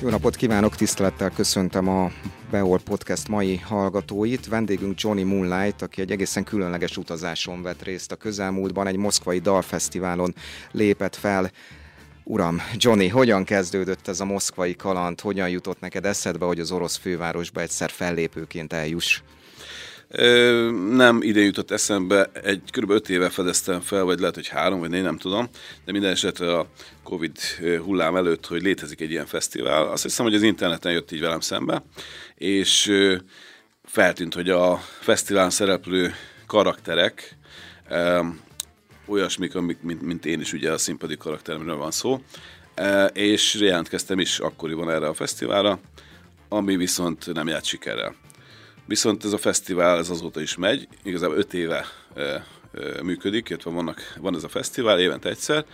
Jó napot kívánok, tisztelettel köszöntöm a Beol Podcast mai hallgatóit. Vendégünk Johnny Moonlight, aki egy egészen különleges utazáson vett részt a közelmúltban, egy moszkvai dalfesztiválon lépett fel. Uram, Johnny, hogyan kezdődött ez a moszkvai kaland? Hogyan jutott neked eszedbe, hogy az orosz fővárosba egyszer fellépőként eljuss? Nem ide jutott eszembe, kb. 5 éve fedeztem fel, vagy lehet, hogy 3 vagy 4, nem tudom, de minden esetre a Covid hullám előtt, hogy létezik egy ilyen fesztivál. Azt hiszem, hogy az interneten jött így velem szembe, és feltűnt, hogy a fesztiválon szereplő karakterek olyasmik, mint én is, ugye a színpadi karakteremről van szó, és jelentkeztem is akkoriban erre a fesztiválra, ami viszont nem járt sikerrel. Viszont ez a fesztivál ez azóta is megy, igazából 5 éve működik, illetve van ez a fesztivál évente egyszer.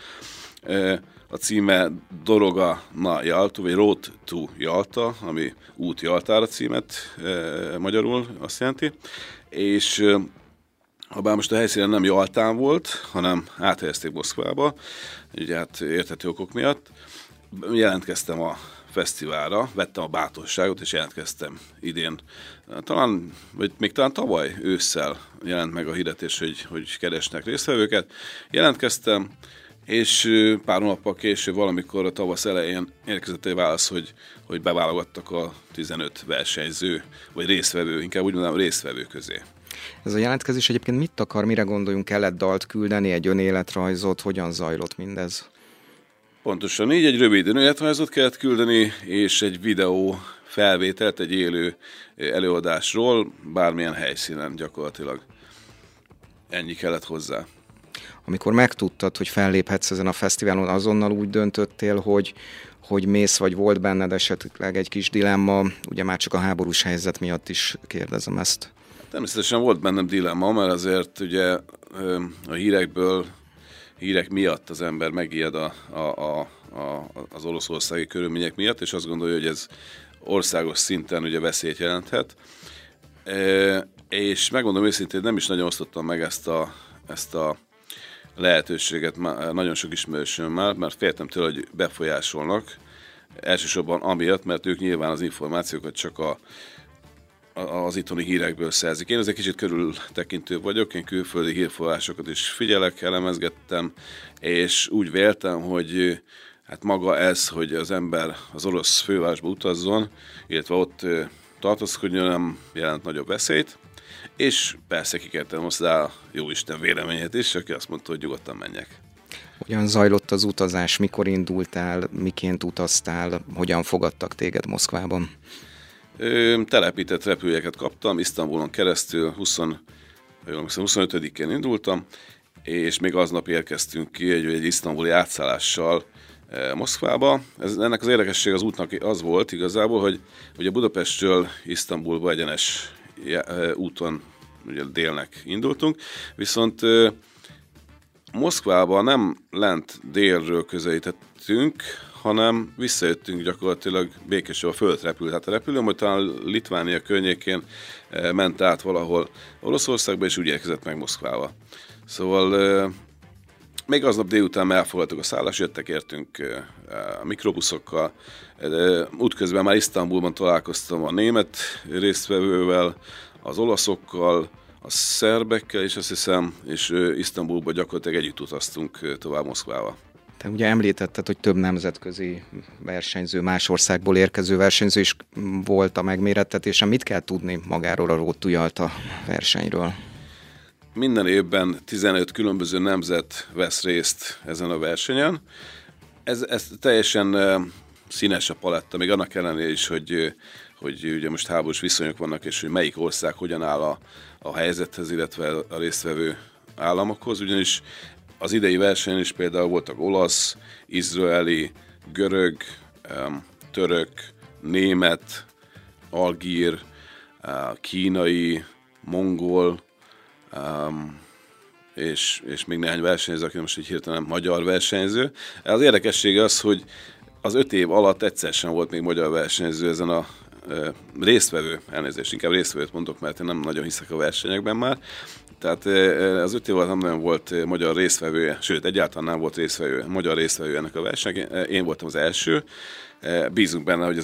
A címe Doroga na Jalta, vagy Road to Jalta, ami út Jaltára címet magyarul azt jelenti. És habár most a helyszínen nem Jaltán volt, hanem áthelyezték Moszkvába, ugye hát érthető okok miatt, jelentkeztem a fesztiválra, vettem a bátorságot, és jelentkeztem idén. Még talán tavaly ősszel jelent meg a hirdetés, hogy keresnek résztvevőket. Jelentkeztem, és pár nappal később, valamikor a tavasz elején érkezett egy válasz, hogy beválogattak a 15 versenyző, vagy résztvevő, inkább úgy mondanám résztvevő közé. Ez a jelentkezés egyébként mit akar, mire gondoljunk, kellett dalt küldeni, egy önéletrajzot, hogyan zajlott mindez? Pontosan így, egy rövid önéletrajzot kellett küldeni, és egy videó felvételt, egy élő előadásról, bármilyen helyszínen gyakorlatilag. Ennyi kellett hozzá. Amikor megtudtad, hogy felléphetsz ezen a fesztiválon, azonnal úgy döntöttél, hogy mész, vagy volt benned esetleg egy kis dilemma, ugye már csak a háborús helyzet miatt is kérdezem ezt. Természetesen volt bennem dilemma, mert azért ugye a hírek miatt az ember megijed az oroszországi körülmények miatt, és azt gondolja, hogy ez országos szinten ugye veszélyt jelenthet. És megmondom őszintén, nem is nagyon osztottam meg ezt a lehetőséget nagyon sok ismerősömmel, mert féltem tőle, hogy befolyásolnak. Elsősorban amiatt, mert ők nyilván az információkat csak az itthoni hírekből szerzik. Én egy kicsit körültekintő vagyok, én külföldi hírforrásokat is figyelek, elemezgettem, és úgy véltem, hogy hát maga ez, hogy az ember az orosz fővárosba utazzon, illetve ott tartózkodjon, nem jelent nagyobb veszélyt, és persze kikértem hozzá a jóisten véleményét is, aki azt mondta, hogy nyugodtan menjek. Hogyan zajlott az utazás, mikor indultál, miként utaztál, hogyan fogadtak téged Moszkvában? Telepített repülőjegyeket kaptam, Isztambulon keresztül 25-én indultam, és még aznap érkeztünk ki egy isztambuli átszállással Moszkvába. Ennek az érdekesség az útnak az volt igazából, hogy ugye Budapestről Isztambulba egyenes úton ugye délnek indultunk, viszont Moszkvába nem lent délről közelítettünk, hanem visszajöttünk gyakorlatilag békésről, a föld repült. Hát a repülő, majd talán Litvánia környékén ment át valahol Oroszországba, és úgy érkezett meg Moszkvába. Szóval még aznap délután elfoglaltuk a szállást, értünk a mikrobuszokkal. Útközben már Isztambulban találkoztam a német résztvevővel, az olaszokkal, a szerbekkel, és azt hiszem, és Isztambulba gyakorlatilag együtt utaztunk tovább Moszkvába. Te ugye említetted, hogy több nemzetközi versenyző, más országból érkező versenyző is volt a megmérettetésen. Mit kell tudni magáról a Road to Jalta versenyről? Minden évben 15 különböző nemzet vesz részt ezen a versenyen. Ez teljesen színes a paletta, még annak ellenére is, hogy ugye most háborús viszonyok vannak, és hogy melyik ország hogyan áll a helyzethez, illetve a résztvevő államokhoz, ugyanis az idei versenyen is például voltak olasz, izraeli, görög, török, német, algír, kínai, mongol, és még néhány versenyző, aki most így hirtelen magyar versenyző. Az érdekessége az, hogy az 5 év alatt egyszer sem volt még magyar versenyző ezen a résztvevő, elnézést, inkább résztvevőt mondok, mert én nem nagyon hiszek a versenyekben már. Tehát az 5 év alatt nem nagyon volt magyar résztvevője, sőt, egyáltalán nem volt magyar résztvevő ennek a versenynek. Én voltam az első. Bízunk benne, hogy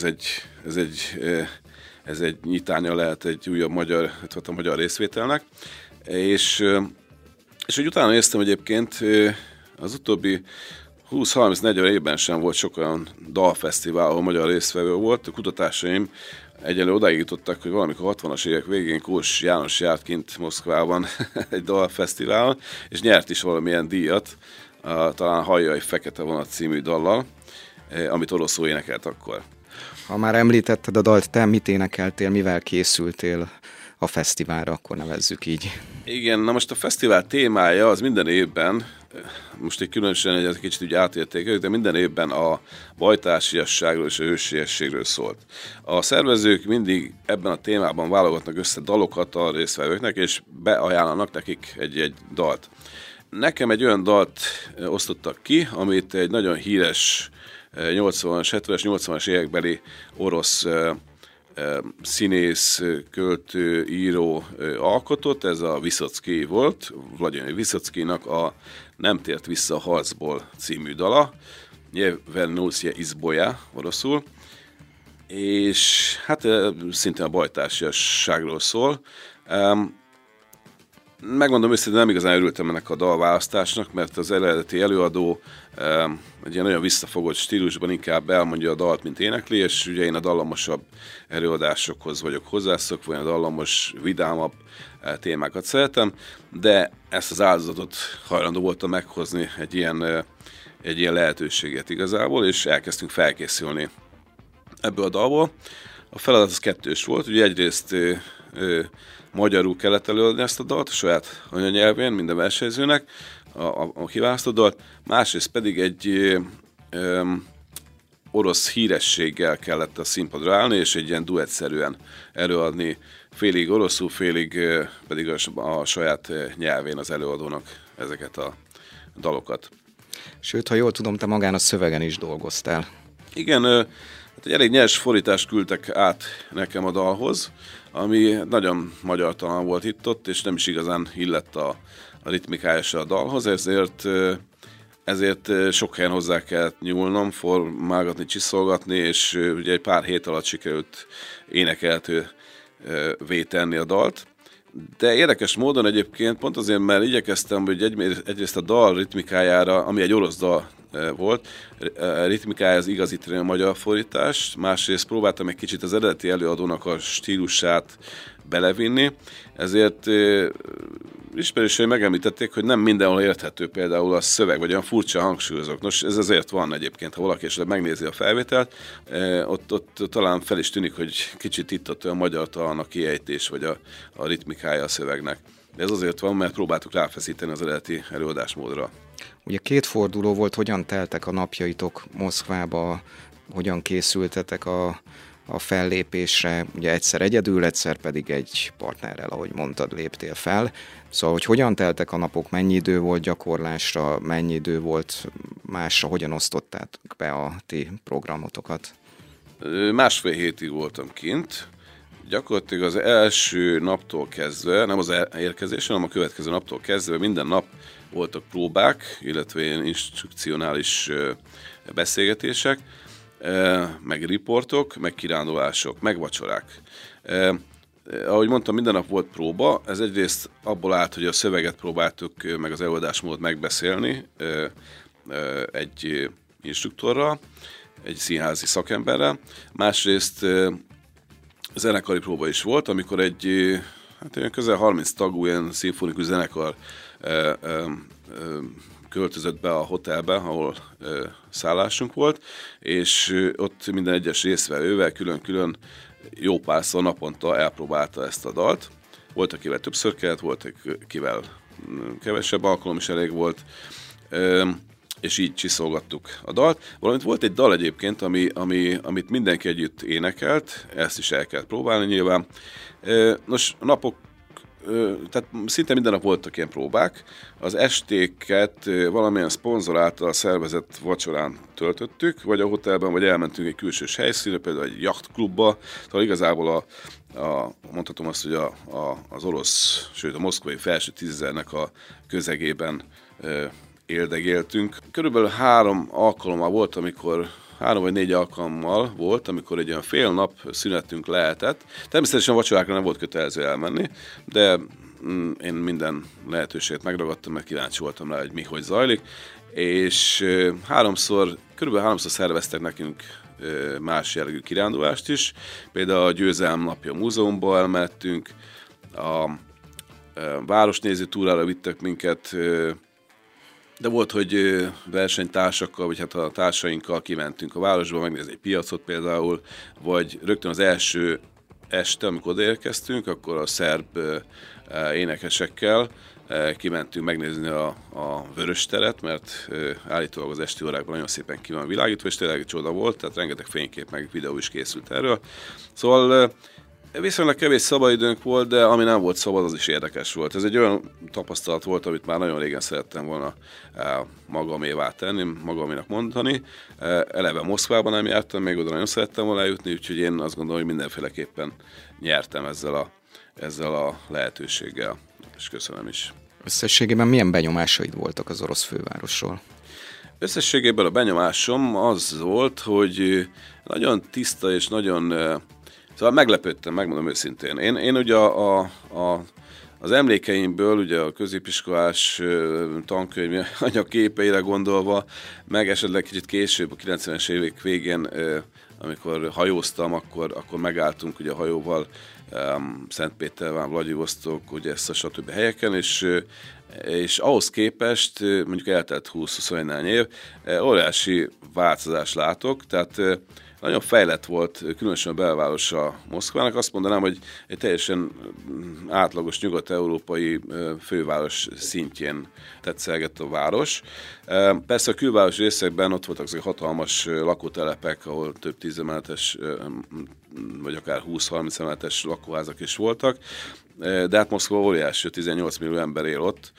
ez egy nyitánya lehet egy újabb magyar részvételnek. És hogy utána néztem egyébként, az utóbbi 20-30-40 évben sem volt sok olyan dalfesztivál, ahol magyar résztvevő volt. A kutatásaim egyelőre odáig jutottak, hogy valamikor 60-as évek végén Kós János járt kint Moszkvában egy dalfesztiválon, és nyert is valamilyen díjat, talán Hajjaj Fekete Vonat című dallal, amit oroszul énekelt akkor. Ha már említetted a dalt, te mit énekeltél, mivel készültél a fesztiválra, akkor nevezzük így. Igen, na most a fesztivál témája az minden évben, most egy különösen egy kicsit úgy átértékeljük, de minden évben a bajtársiasságról és a hősiességről szólt. A szervezők mindig ebben a témában válogatnak össze dalokat a résztvevőknek, és beajánlanak nekik egy dalt. Nekem egy olyan dalt osztottak ki, amit egy nagyon híres 80-as, 70-es, 80-as évekbeli orosz színész, költő, író alkotott, ez a Viszocki volt, Vladimir Viszockinak a Nem tért vissza a harcból című dala, Nyevernulszje izboja oroszul, és hát szintén a bajtársiasságról szól. Megmondom őszintén, nem igazán örültem ennek a dalválasztásnak, mert az eredeti előadó egy ilyen nagyon visszafogott stílusban inkább elmondja a dalt, mint énekli, és ugye én a dallamosabb előadásokhoz vagyok hozzászokva, vagy a dallamos, vidámabb témákat szeretem, de ezt az áldozatot hajlandó voltam meghozni egy ilyen lehetőséget igazából, és elkezdtünk felkészülni ebből a dalból. A feladat az kettős volt, ugye egyrészt magyarul kellett előadni ezt a dalt, a saját anyanyelvén minden versenyzőnek, a kiválasztott dalt, másrészt pedig egy orosz hírességgel kellett a színpadra állni, és egy ilyen duettszerűen előadni, félig oroszul, félig pedig a saját nyelvén az előadónak ezeket a dalokat. Sőt, ha jól tudom, te magán a szövegen is dolgoztál. Igen, hát egy elég nyers fordítást küldtek át nekem a dalhoz, ami nagyon magyartalan volt itt-ott, és nem is igazán illett a ritmikája a dalhoz, ezért sok helyen hozzá kellett nyúlnom, formálgatni, csiszolgatni, és ugye egy pár hét alatt sikerült énekelhetővé tenni a dalt. De érdekes módon egyébként, pont azért, mert igyekeztem, hogy egyrészt a dal ritmikájára, ami egy orosz dal volt, ritmikájához igazítani a magyar fordítást, másrészt próbáltam egy kicsit az eredeti előadónak a stílusát belevinni, ezért ismerőseim megemlítették, hogy nem mindenhol érthető például a szöveg, vagy olyan furcsa hangsúlyozok. Nos, ez azért van egyébként, ha valaki esetleg megnézi a felvételt, ott talán fel is tűnik, hogy kicsit itt olyan magyartalan a kiejtés, vagy a ritmikája a szövegnek. De ez azért van, mert próbáltuk ráfeszíteni az eredeti előadásmódra. Ugye 2 forduló volt, hogyan teltek a napjaitok Moszkvába, hogyan készültetek a fellépésre, ugye egyszer egyedül, egyszer pedig egy partnerrel, ahogy mondtad, léptél fel. Szóval, hogy hogyan teltek a napok, mennyi idő volt gyakorlásra, mennyi idő volt másra, hogyan osztottátok be a ti programotokat? 1,5 hétig voltam kint. Gyakorlatilag az első naptól kezdve, nem az érkezésen, hanem a következő naptól kezdve minden nap voltak próbák, illetve ilyen instrukcionális beszélgetések, meg riportok, meg kirándulások, meg vacsorák. Ahogy mondtam, minden nap volt próba, ez egyrészt abból állt, hogy a szöveget próbáltuk, meg az előadásmódot megbeszélni egy instruktorral, egy színházi szakemberrel, másrészt zenekari próba is volt, amikor egy közel 30 tagú ilyen szimfonikus zenekar költözött be a hotelbe, ahol szállásunk volt, és ott minden egyes résztvevővel külön-külön jó párszor naponta elpróbálta ezt a dalt. Volt, akivel többször kellett, volt, akivel kevesebb alkalom is elég volt, és így csiszolgattuk a dalt. Valamint volt egy dal egyébként, amit mindenki együtt énekelt, ezt is el kellett próbálni nyilván. Nos, a napok tehát szinte minden nap voltak ilyen próbák. Az estéket valamilyen szponzor által szervezett vacsorán töltöttük, vagy a hotelben, vagy elmentünk egy külsős helyszínre, például egy jachtklubba. szóval igazából mondhatom azt, hogy az orosz, sőt a moszkvai felső 10.000-nek a közegében éldegéltünk. Körülbelül 3 alkalommal volt, amikor 3 vagy 4 alkalommal volt, amikor egy olyan fél nap szünetünk lehetett. Természetesen a vacsorákra nem volt kötelező elmenni, de én minden lehetőséget megragadtam, mert kíváncsi voltam rá, hogy hogy zajlik. És körülbelül háromszor szerveztek nekünk más jellegű kirándulást is. Például a Győzelem napja múzeumban elmettünk, a városnéző túrára vittek minket, de volt, hogy versenytársakkal, vagy hát a társainkkal kimentünk a városba, megnézni egy piacot például, vagy rögtön az első este, amikor odaérkeztünk, akkor a szerb énekesekkel kimentünk megnézni a Vörösteret, mert állítólag az esti órákban nagyon szépen ki van világítva, és tényleg csoda volt, tehát rengeteg fénykép meg videó is készült erről. Szóval viszonylag kevés szabadidőnk volt, de ami nem volt szabad, az is érdekes volt. Ez egy olyan tapasztalat volt, amit már nagyon régen szerettem volna magamévá tenni, magaménak mondani. Eleve Moszkvában nem jártam, még oda nagyon szerettem volna eljutni, úgyhogy én azt gondolom, hogy mindenféleképpen nyertem ezzel a lehetőséggel, és köszönöm is. Összességében milyen benyomásaid voltak az orosz fővárosról? Összességében a benyomásom az volt, hogy nagyon tiszta és nagyon... Szóval meglepődtem, megmondom őszintén. Én ugye az emlékeimből, ugye a középiskolás tankönyv anyagképeire gondolva, meg esetleg kicsit később, a 90-es évek végén, amikor hajóztam, akkor megálltunk ugye a hajóval Szentpétervár, Vladivosztok, ugye ezt a stb. Helyeken, és ahhoz képest, mondjuk eltelt 20-21 év, óriási változást látok, tehát nagyon fejlett volt, különösen a belvárosa Moszkvának. Azt mondanám, hogy egy teljesen átlagos nyugat-európai főváros szintjén tetszelgett a város. Persze a külváros részekben ott voltak azok hatalmas lakótelepek, ahol több 10 emeletes, vagy akár 20-30 emeletes lakóházak is voltak, de hát Moszkva óriási, 18 millió ember él ott.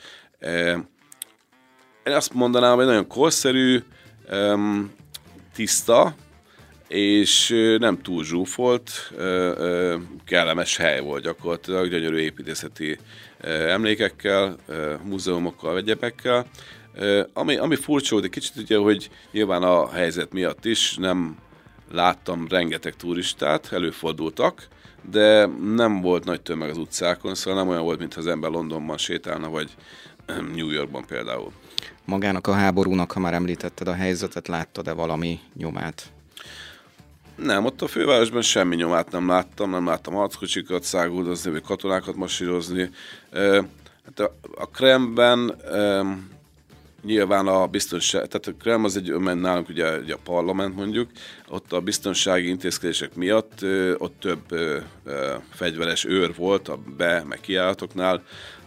Én azt mondanám, hogy nagyon korszerű, tiszta, és nem túl zsúfolt, kellemes hely volt gyakorlatilag, gyönyörű építészeti emlékekkel, múzeumokkal, egyebekkel. Ami furcsa volt egy kicsit, ugye, hogy nyilván a helyzet miatt is nem láttam rengeteg turistát, előfordultak, de nem volt nagy tömeg az utcákon, szóval nem olyan volt, mintha az ember Londonban sétálna, vagy New Yorkban például. Magának a háborúnak, ha már említetted a helyzetet, láttad-e valami nyomát? Nem, ott a fővárosban semmi nyomát nem láttam harckocsikat száguldozni, vagy katonákat masírozni. Hát a Kremlben nyilván a biztonság, tehát a Kreml az nálunk ugye a parlament mondjuk, ott a biztonsági intézkedések miatt ott több fegyveres őr volt a meg kijáratoknál,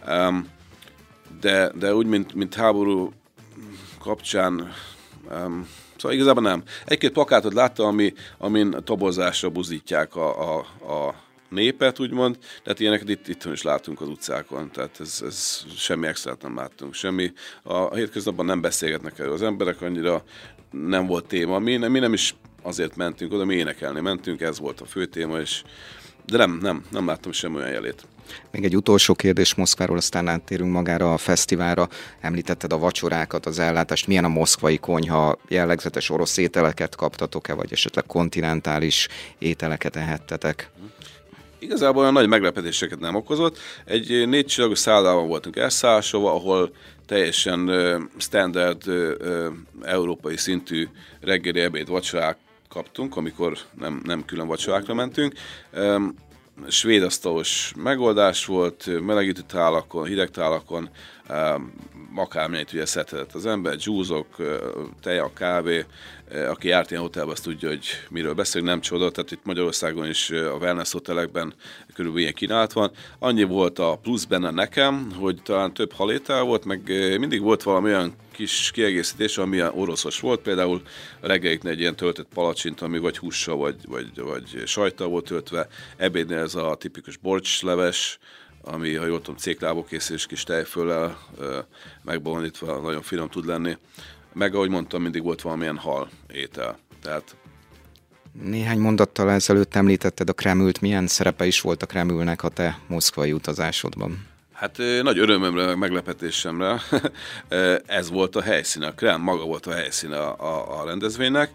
de úgy, mint háború kapcsán, szóval igazából nem. Egy-két plakátot láttam, amin toborzásra buzdítják a népet, úgymond, tehát ilyeneket itthon is látunk az utcákon, tehát ez semmi extrát nem láttunk, semmi. A hétköznapban nem beszélgetnek erről az emberek, annyira nem volt téma. Mi nem is azért mentünk oda, mi énekelni mentünk, ez volt a fő téma, de nem láttam semmi olyan jelét. Még egy utolsó kérdés Moszkváról, aztán áttérünk magára a fesztiválra. Említetted a vacsorákat, az ellátást. Milyen a moszkvai konyha? Jellegzetes orosz ételeket kaptatok-e, vagy esetleg kontinentális ételeket ehettetek? Igazából olyan nagy meglepetéseket nem okozott. Egy 4 csillagos szállodában voltunk elszállásolva, ahol teljesen standard európai szintű reggeli, ebéd, vacsorák kaptunk, amikor nem külön vacsorákra mentünk. Svéd asztalos megoldás volt, melegítő tálakon, hideg tálakon, akármennyit ugye szedhetett az ember, dzsúzok, teja, kávé. Aki járt ilyen hotelben, azt tudja, hogy miről beszélünk, nem csoda, tehát itt Magyarországon is a wellness hotelekben körülbelül ilyen kínálat van. Annyi volt a plusz benne nekem, hogy talán több halétel volt, meg mindig volt valami olyan kis kiegészítés, ami oroszos volt, például a reggeliknél egy ilyen töltött palacsint, ami vagy hússal, vagy sajttal volt töltve, ebédnél ez a tipikus borcsleves, ami, ha jól tudom, céklából készül és kis tejföllel megbolondítva nagyon finom tud lenni. Meg, ahogy mondtam, mindig volt valamilyen hal étel. Tehát Néhány mondattal ezelőtt említetted a Kremült. Milyen szerepe is volt a Kremülnek a te moszkvai utazásodban? Hát nagy örömömre, meg meglepetésemre ez volt a helyszín, a Kreml maga volt a helyszín a rendezvénynek,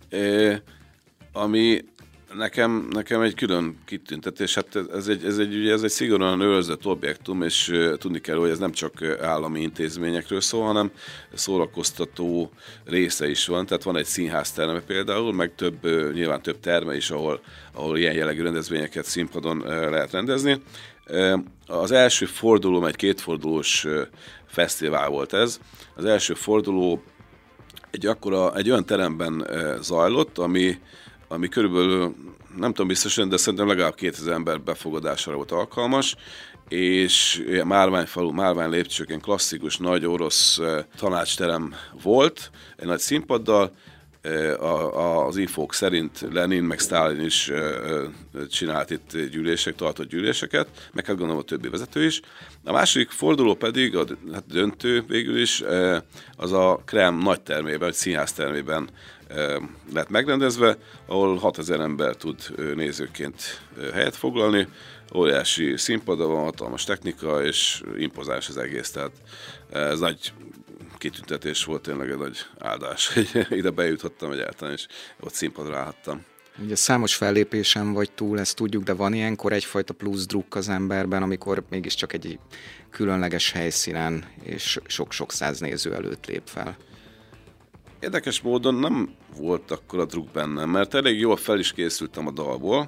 ami nekem egy külön kitüntetés. Hát ez egy szigorúan őrzött objektum, és tudni kell, hogy ez nem csak állami intézményekről szól, hanem szórakoztató része is van. Tehát van egy színházterme például, meg nyilván több terme is, ahol ilyen jellegű rendezvényeket színpadon lehet rendezni. Az első forduló, egy kétfordulós fesztivál volt ez. Az első forduló egy olyan teremben zajlott, ami körülbelül, nem tudom biztosan, de szerintem legalább 2000 ember befogadására volt alkalmas, és Márványfalu, Márvány lépcsőkén klasszikus nagy orosz tanácsterem volt, egy nagy színpaddal. Az infók szerint Lenin meg Sztálin is csinált itt tartott gyűléseket, meg hát gondolom a többi vezető is. A második forduló pedig, a döntő végül is, az a Kreml nagy termében, vagy színháztermében lett megrendezve, ahol 6000 ember tud nézőként helyet foglalni. Óriási színpada van, hatalmas technika, és impozáns az egész, tehát ez nagy kitüntetés volt, tényleg egy nagy áldás, hogy ide bejuthattam egyáltalán, és ott színpadra állhattam. Ugye számos fellépésen vagy túl, ezt tudjuk, de van ilyenkor egyfajta plusz drukk az emberben, amikor mégiscsak egy különleges helyszínen és sok-sok száz néző előtt lép fel. Érdekes módon nem volt akkor a drukk bennem, mert elég jól fel is készültem a dalból.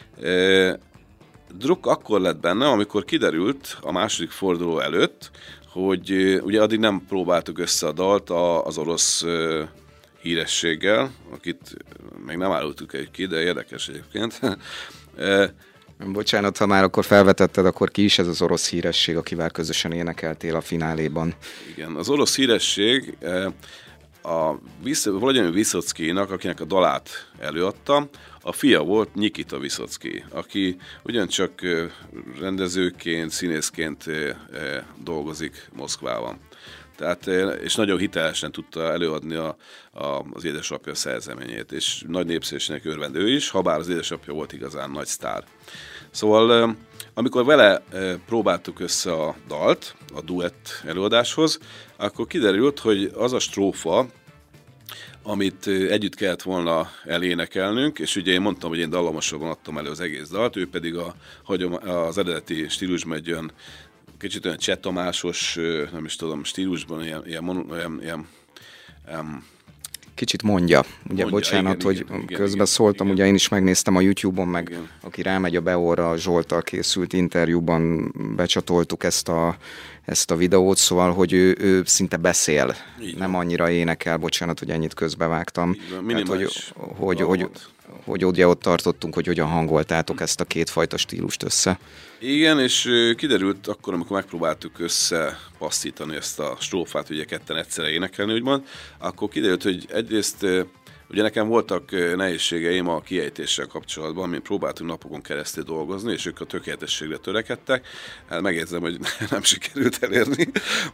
Drukk akkor lett benne, amikor kiderült a második forduló előtt, hogy ugye addig nem próbáltuk össze a dalt az orosz hírességgel, akit még nem árultuk ki, de érdekes egyébként. Bocsánat, ha már akkor felvetetted, akkor ki is ez az orosz híresség, akivel közösen énekeltél a fináléban? Igen, az orosz híresség Vladimir Viszockinak, akinek a dalát előadta, a fia volt Nikita Viszocki, aki ugyancsak rendezőként, színészként dolgozik Moszkvában. Tehát, és nagyon hitelesen tudta előadni az édesapja szerzeményét, és nagy népszerűségnek örvendő is, habár az édesapja volt igazán nagy sztár. Szóval, amikor vele próbáltuk össze a dalt, a duett előadáshoz, akkor kiderült, hogy az a strófa, amit együtt kellett volna elénekelnünk, és ugye én mondtam, hogy én dallamosabban adtam elő az egész dalt, ő pedig az eredeti stílusban egy olyan kicsit olyan Cseh Tamásos, nem is tudom, stílusban ilyen Kicsit mondja. Ugye bocsánat, igen, hogy igen, közbeszóltam, igen. ugye én is megnéztem a YouTube-on, meg Igen. aki rámegy a Beorra, a Zsolttal készült interjúban becsatoltuk ezt a videót, szóval, hogy ő szinte beszél, nem annyira énekel, bocsánat, hogy ennyit közbevágtam. Minimális. Hogy ugye ott tartottunk, hogy hogyan hangoltátok ezt a kétfajta stílust össze. Igen, és kiderült akkor, amikor megpróbáltuk összepasszítani ezt a strófát, ugye ketten egyszerre énekelni, úgymond, akkor kiderült, hogy egyrészt ugye nekem voltak nehézségeim a kiejtéssel kapcsolatban, amin próbáltunk napokon keresztül dolgozni, és ők a tökéletességre törekedtek. Hát megjegyzem, hogy nem sikerült elérni.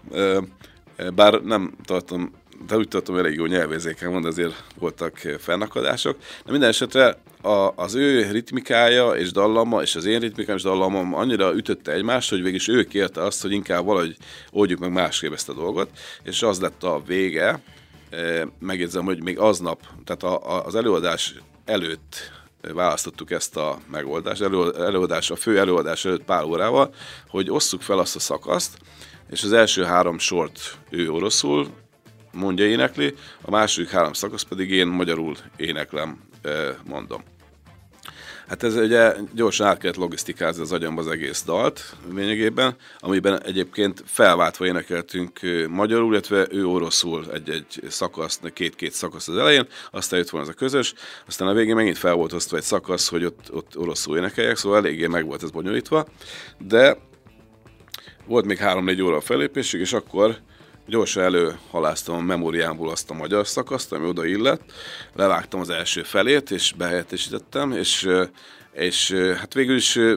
Bár nem tartom, de úgy tartom, elég jó nyelvérzéken van, de azért voltak fennakadások. De minden esetre az ő ritmikája és dallama, és az én ritmikám és dallamam annyira ütötte egymást, hogy végig ő kérte azt, hogy inkább valahogy oldjuk meg másképp ezt a dolgot, és az lett a vége. Megjegyzem, hogy még aznap, tehát az előadás előtt választottuk ezt a megoldást, a fő előadás előtt pár órával, hogy osszuk fel azt a szakaszt, és az első 3 sort ő oroszul mondja, énekli, a második 3 szakasz pedig én magyarul éneklem, mondom. Hát ez ugye gyorsan át kellett logisztikázni az agyamba az egész dalt lényegében, amiben egyébként felváltva énekeltünk magyarul, illetve ő oroszul egy szakasz, 2 szakasz az elején, aztán jött volna ez a közös, aztán a végén megint fel volt osztva egy szakasz, hogy ott oroszul énekeljek, szóval eléggé meg volt ez bonyolítva, de volt még 3-4 óra a fellépésig, és akkor gyorsan előhaláztam a memóriámból azt a magyar szakaszt, ami oda illett, levágtam az első felét, és behelyettesítettem, és hát végül is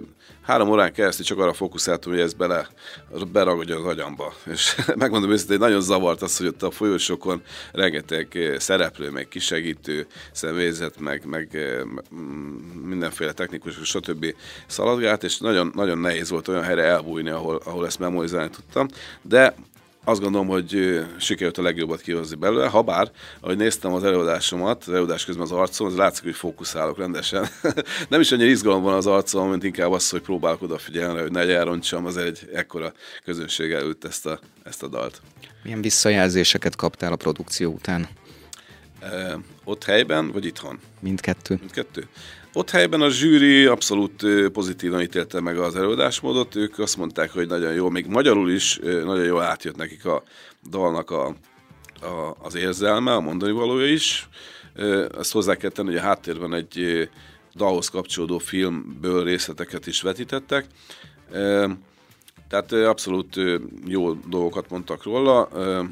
3 órán keresztül csak arra fókuszáltam, hogy ez beragadja az agyamba. És megmondom őszintén, hogy nagyon zavart az, hogy ott a folyosókon rengeteg szereplő, meg kisegítő személyzet, meg mindenféle technikus, stb. Szaladgált, és nagyon, nagyon nehéz volt olyan helyre elbújni, ahol ezt memorizálni tudtam. De azt gondolom, hogy sikerült a legjobbat kihozni belőle, habár, ahogy néztem az előadásomat, az előadás közben az arcom, az látszik, hogy fókuszálok rendesen. Nem is annyira izgalom van az arcom, mint inkább az, hogy próbálok odafigyelni, hogy ne elrontsam azért egy ekkora közönség előtt ezt a dalt. Milyen visszajelzéseket kaptál a produkció után? Ott helyben, vagy itthon? Mindkettő. Mindkettő? Ott helyben a zsűri abszolút pozitívan ítélte meg az előadásmódot, ők azt mondták, hogy nagyon jó, még magyarul is nagyon jól átjött nekik a dalnak az érzelme, a mondani valója is. Azt hozzá kell tenni, hogy a háttérben egy dalhoz kapcsolódó filmből részleteket is vetítettek. Tehát abszolút jó dolgokat mondtak róla.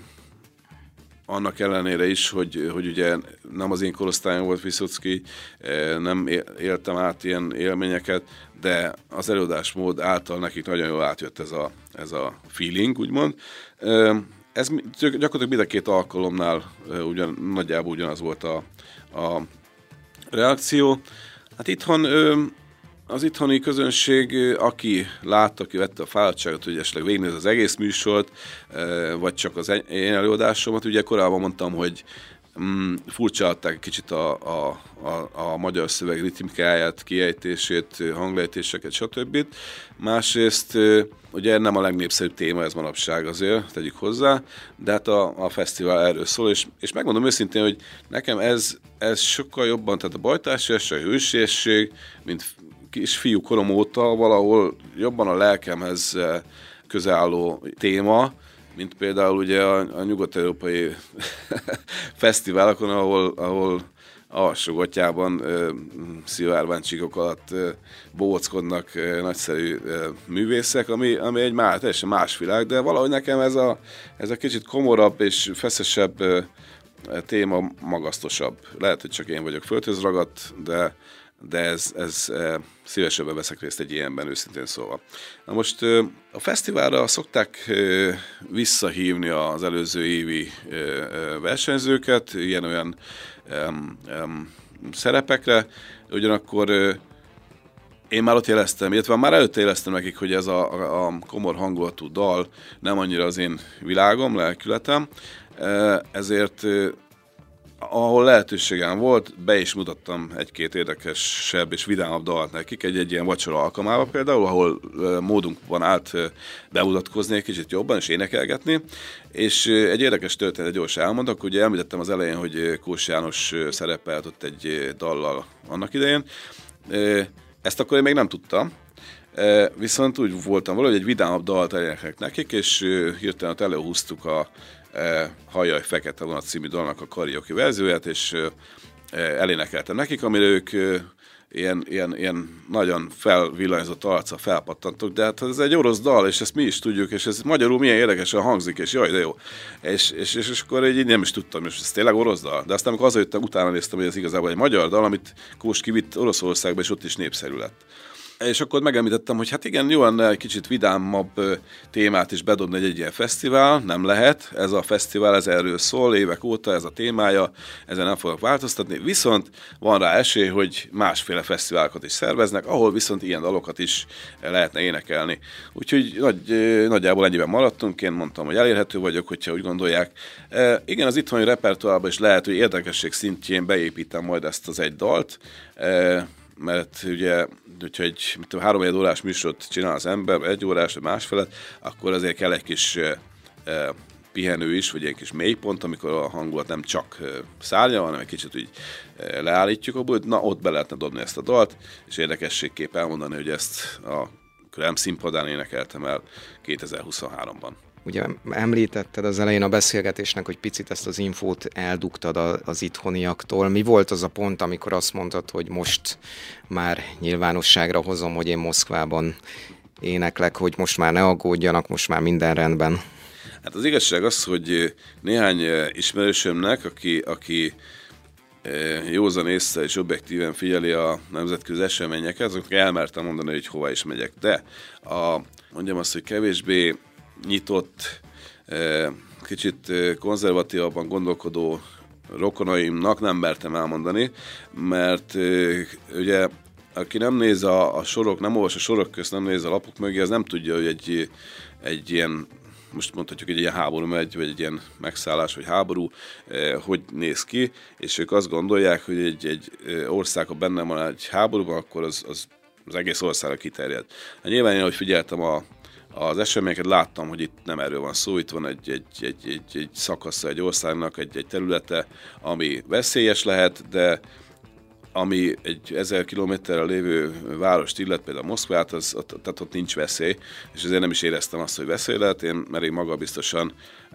Annak ellenére is, hogy ugye nem az én korosztályom volt Viszocki, nem éltem át ilyen élményeket, de az előadásmód által nekik nagyon jól átjött ez a feeling, úgymond. Ez gyakorlatilag mind a 2 alkalomnál nagyjából ugyanaz volt a reakció. Hát itthon az itthoni közönség, aki látta, aki vette a fáradtságot, hogy esetleg végignéz az egész műsort, vagy csak az én előadásomat, ugye korábban mondtam, hogy furcsa adták kicsit a magyar szöveg ritmikáját, kiejtését, hanglejtéseket, stb. Másrészt ugye nem a legnépszerűbb téma ez manapság azért, tegyük hozzá, de hát a fesztivál erről szól, és megmondom őszintén, hogy nekem ez sokkal jobban, tehát a bajtársias, a hősiesség, mint kisfiú korom óta valahol jobban a lelkemhez közelálló téma, mint például ugye a nyugat-európai fesztiválokon, ahol alsógatjában szivárványcsíkok alatt bóckodnak nagyszerű művészek, ami egy teljesen más világ, de valahogy nekem ez a kicsit komorabb és feszesebb téma magasztosabb. Lehet, hogy csak én vagyok földhöz ragadt, de ez szívesebben veszek részt egy ilyenben, őszintén szóval. Na most a fesztiválra szokták visszahívni az előző évi versenyzőket, ilyen-olyan szerepekre, ugyanakkor én már ott jeleztem, illetve már előtte jeleztem nekik, hogy ez a komor hangulatú dal nem annyira az én világom, lelkületem, ezért ahol lehetőségem volt, be is mutattam egy-két érdekesebb és vidámabb dalt nekik, egy ilyen vacsora alkalmával például, ahol módunk van át bemutatkozni egy kicsit jobban és énekelgetni, és egy érdekes történet gyorsan elmondok, ugye említettem az elején, hogy Kós János szerepelt ott egy dallal annak idején, ezt akkor én még nem tudtam, viszont úgy voltam valahogy, hogy egy vidámabb dalt elénekelek nekik, és hirtelen ott előhúztuk a Hajjaj Fekete Vonat című dalnak a karaoke verzióját, és elénekeltem nekik, amire ők ilyen nagyon felvillanyzott arccal felpattantok, de hát ez egy orosz dal, és ezt mi is tudjuk, és ez magyarul milyen érdekesen hangzik, és jaj, de jó. És akkor így nem is tudtam, és ez tényleg orosz dal. De aztán amikor hazajöttem, utána néztem, hogy ez igazából egy magyar dal, amit Kós kivitt Oroszországba, és ott is népszerű lett. És akkor megemlítettem, hogy hát igen, jó lenne egy kicsit vidámabb témát is bedobni egy ilyen fesztivál, nem lehet. Ez a fesztivál, ez erről szól, évek óta ez a témája, ezen nem fogok változtatni. Viszont van rá esély, hogy másféle fesztiválokat is szerveznek, ahol viszont ilyen dalokat is lehetne énekelni. Úgyhogy nagyjából ennyiben maradtunk, én mondtam, hogy elérhető vagyok, hogyha úgy gondolják. Igen, az itthoni repertoárban is lehet, hogy érdekesség szintjén beépítem majd ezt az egy dalt, mert ugye, hogyha egy 3 órás műsort csinál az ember, 1 órás, vagy másfelet, akkor azért kell egy kis pihenő is, vagy egy kis mélypont, amikor a hangulat nem csak szárnya, hanem egy kicsit úgy leállítjuk a bult, na ott be lehetne dobni ezt a dalt, és érdekességképp elmondani, hogy ezt a Krem színpadán énekeltem el 2023-ban. Ugye említetted az elején a beszélgetésnek, hogy picit ezt az infót eldugtad az itthoniaktól. Mi volt az a pont, amikor azt mondtad, hogy most már nyilvánosságra hozom, hogy én Moszkvában éneklek, hogy most már ne aggódjanak, most már minden rendben? Hát az igazság az, hogy néhány ismerősömnek, aki józan észre és objektíven figyeli a nemzetközi eseményeket, azoknak elmertem mondani, hogy hova is megyek. De mondjam azt, hogy kevésbé nyitott, kicsit konzervatívabban gondolkodó rokonaimnak nem mertem elmondani, mert ugye aki nem néz a sorok, nem olvas a sorok közt, nem néz a lapok mögé, az nem tudja, hogy egy ilyen, most mondhatjuk, egy ilyen háború megy, vagy egy ilyen megszállás, vagy háború, hogy néz ki, és ők azt gondolják, hogy egy ország, ha benne van egy háborúban, akkor az egész országra kiterjed. Hát nyilván én, ahogy figyeltem az eseményeket, láttam, hogy itt nem erről van szó, itt van egy szakasza egy országnak, egy területe, ami veszélyes lehet, de ami egy 1000 kilométerre lévő várost illet, például Moszkvát, tehát ott nincs veszély, és ezért nem is éreztem azt, hogy veszély lehet, mert én magabiztosan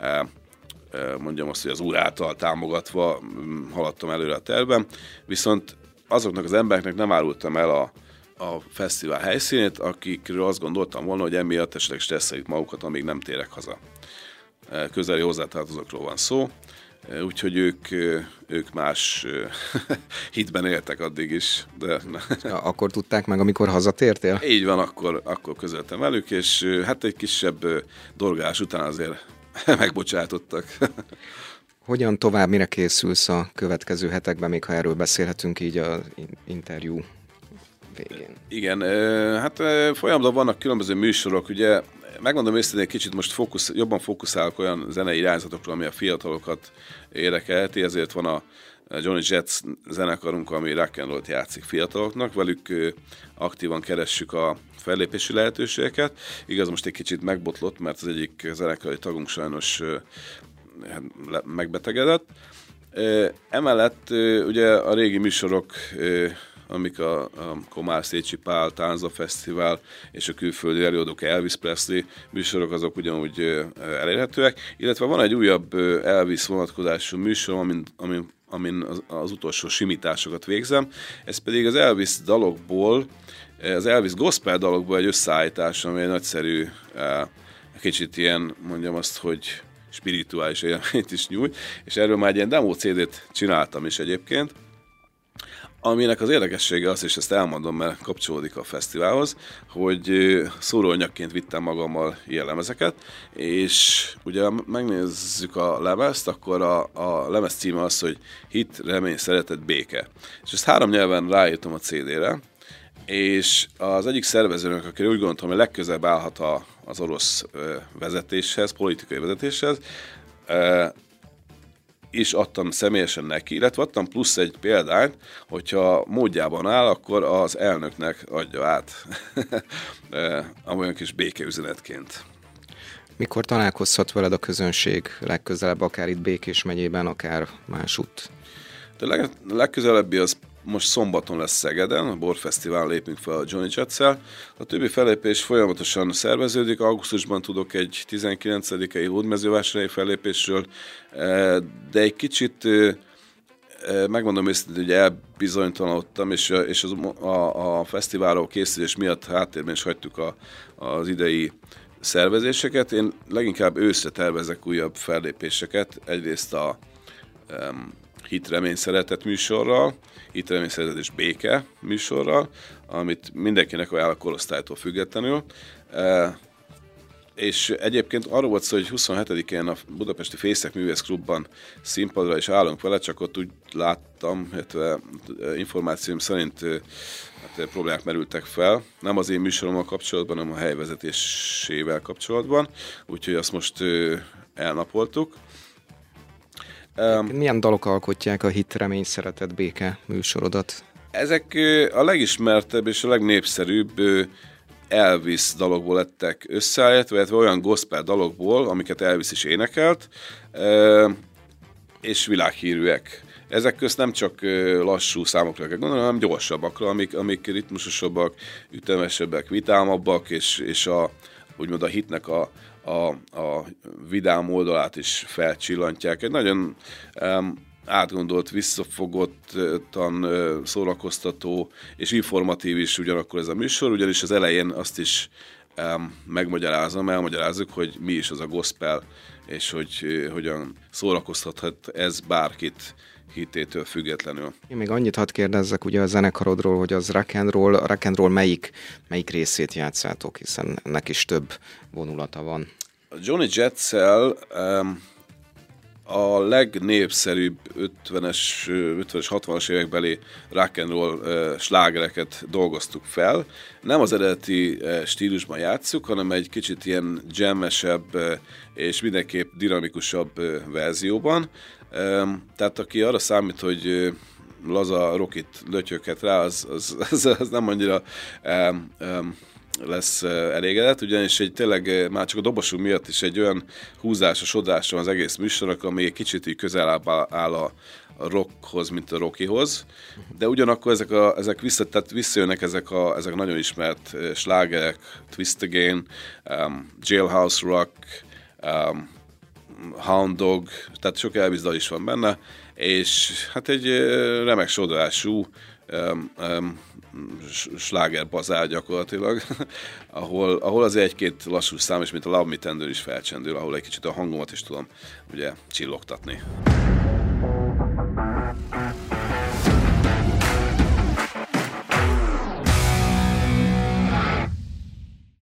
mondjam azt, hogy az úr által támogatva haladtam előre a tervben, viszont azoknak az embereknek nem árultam el a fesztivál helyszínét, akikről azt gondoltam volna, hogy emiatt esetleg stresszelik magukat, amíg nem térek haza. Közeli hozzátartozókról van szó, úgyhogy ők más hitben éltek addig is. De akkor tudták meg, amikor hazatértél? Így van, akkor közöltem velük, és hát egy kisebb dolgás után azért megbocsátottak. Hogyan tovább, mire készülsz a következő hetekben, még ha erről beszélhetünk így az interjú végén? Igen, hát folyamatban vannak különböző műsorok, ugye megmondom őszintén, kicsit most jobban fókuszálok olyan zenei irányzatokra, ami a fiatalokat érdekelheti, ezért van a Johnny Jets zenekarunk, ami rock and rollt játszik fiataloknak, velük aktívan keressük a fellépési lehetőségeket. Igaz, most egy kicsit megbotlott, mert az egyik zenekari tagunk sajnos megbetegedett. Emellett ugye a régi műsorok, amik a Komár Szécsi Pál Tánza Fesztivál és a külföldi előadók Elvis Presley műsorok, azok ugyanúgy elérhetőek, illetve van egy újabb Elvis vonatkozású műsor, amin az utolsó simításokat végzem. Ez pedig az Elvis dalokból, az Elvis gospel dalokból egy összeállítás, ami egy nagyszerű, kicsit ilyen, mondjam azt, hogy spirituális élményt is nyújt, és erről már egy ilyen demo CD-t csináltam is egyébként, aminek az érdekessége az, és ezt elmondom, mert kapcsolódik a fesztiválhoz, hogy szóróanyagként vittem magammal ilyen lemezeket, és ugye megnézzük a lemezt, akkor a lemez címe az, hogy Hit, remény, szeretet, béke. És ezt 3 nyelven ráírtam a CD-re, és az egyik szervezőnök, aki úgy gondoltam, hogy legközelebb állhat az orosz vezetéshez, politikai vezetéshez, is adtam személyesen neki, illetve adtam plusz egy példányt, hogyha módjában áll, akkor az elnöknek adja át olyan kis békeüzenetként. Mikor találkozhat veled a közönség legközelebb, akár itt Békés megyében, akár másutt? De legközelebbi az most szombaton lesz Szegeden, a Borfesztivál lépünk fel a Johnny Jets-szel. A többi fellépés folyamatosan szerveződik, augusztusban tudok egy 19-i hódmezővásárhelyi fellépésről, de egy kicsit megmondom őszintén, hogy elbizonytalanodtam, és a fesztiválról készülés miatt háttérben is hagytuk az idei szervezéseket. Én leginkább őszre tervezek újabb fellépéseket, egyrészt a Hit, remény, szeretet műsorral, Hit, remény, szeretet és béke műsorral, amit mindenkinek ajánlok korosztálytól függetlenül. És egyébként arról volt szó, hogy 27-én a Budapesti Fészek Művész Klubban színpadra is állunk vele, csak ott úgy láttam, illetve információim szerint problémák merültek fel. Nem az én műsorommal kapcsolatban, hanem a helyvezetésével kapcsolatban, úgyhogy azt most elnapoltuk. Milyen dalok alkotják a Hit, remény, szeretet, béke műsorodat? Ezek a legismertebb és a legnépszerűbb Elvis dalokból lettek összeállítva, illetve olyan gospel dalokból, amiket Elvis is énekelt, és világhírűek. Ezek közt nem csak lassú számokra kell gondolni, hanem gyorsabbakra, amik ritmusosabbak, ütemesebbek, vitámabbak, és úgymond a hitnek a vidám oldalát is felcsillantják. Egy nagyon átgondolt, visszafogottan szórakoztató és informatív is ugyanakkor ez a műsor, ugyanis az elején azt is elmagyarázzuk, hogy mi is az a gospel, és hogy hogyan szórakoztathat ez bárkit hitétől függetlenül. Én még annyit hadd kérdezzek ugye a zenekarodról, hogy az rock and roll melyik részét játszátok, hiszen ennek is több vonulata van. A Johnny Jetszel a legnépszerűbb 50-es, 60-as évekbeli rock and roll slágereket dolgoztuk fel. Nem az eredeti stílusban játsszuk, hanem egy kicsit ilyen jammesebb és mindenképp dinamikusabb verzióban. Tehát aki arra számít, hogy laza rockit lötyöket rá, az nem annyira lesz elégedett, ugyanis tényleg már csak a dobosunk miatt is egy olyan húzása, sodása az egész műsornak, ami egy kicsit így közel áll a rockhoz, mint a rockihoz, de ugyanakkor ezek visszajönnek ezek a nagyon ismert slágerek, Twist Again, Jailhouse Rock, Hound Dog, tehát sok Elvis dal is van benne, és hát egy remek sodrású slágerbazár gyakorlatilag, ahol azért egy-két lassú szám, és mint a Love Me Tender is felcsendül, ahol egy kicsit a hangomat is tudom ugye csillogtatni.